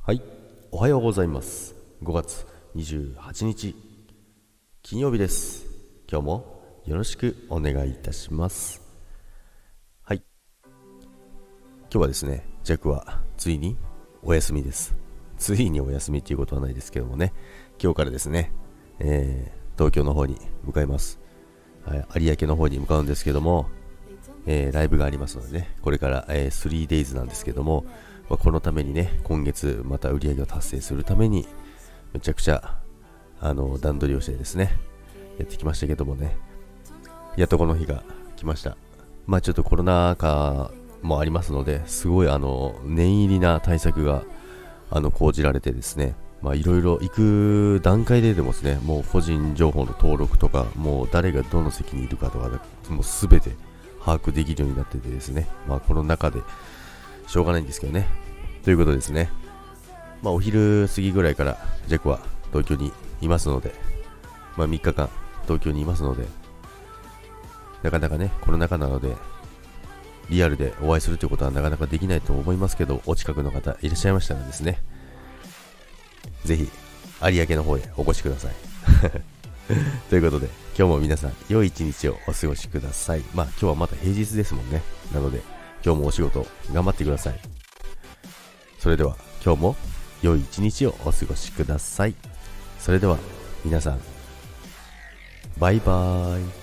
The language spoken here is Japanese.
はい、おはようございます。5月28日金曜日です。今日もよろしくお願いいたします。はい、今日はですね、ジャックはついにお休みです。ついにお休みっていうことはないですけどもね、今日からですね、東京の方に向かいます。有明の方に向かうんですけども、ライブがありますのでね、これから、3days なんですけども、このためにね、今月また売り上げを達成するためにめちゃくちゃ段取りをしてですね、やってきましたけどもね、やっとこの日が来ました。ちょっとコロナ禍もありますので、すごい念入りな対策が講じられてですね、いろいろ行く段階でもですね、もう個人情報の登録とか、もう誰がどの席にいるかとか、もうすべて把握できるようになっててですね、この中でしょうがないんですけどね。ということですね。お昼過ぎぐらいからジャックは東京にいますので、3日間東京にいますので、なかなかね、コロナ禍なので、リアルでお会いするということはなかなかできないと思いますけど、お近くの方いらっしゃいましたらですね、ぜひ有明の方へお越しください。ということで、今日も皆さん良い一日をお過ごしください。今日はまた平日ですもんね。なので、今日もお仕事頑張ってください。それでは今日も良い一日をお過ごしください。それでは皆さん、バイバーイ。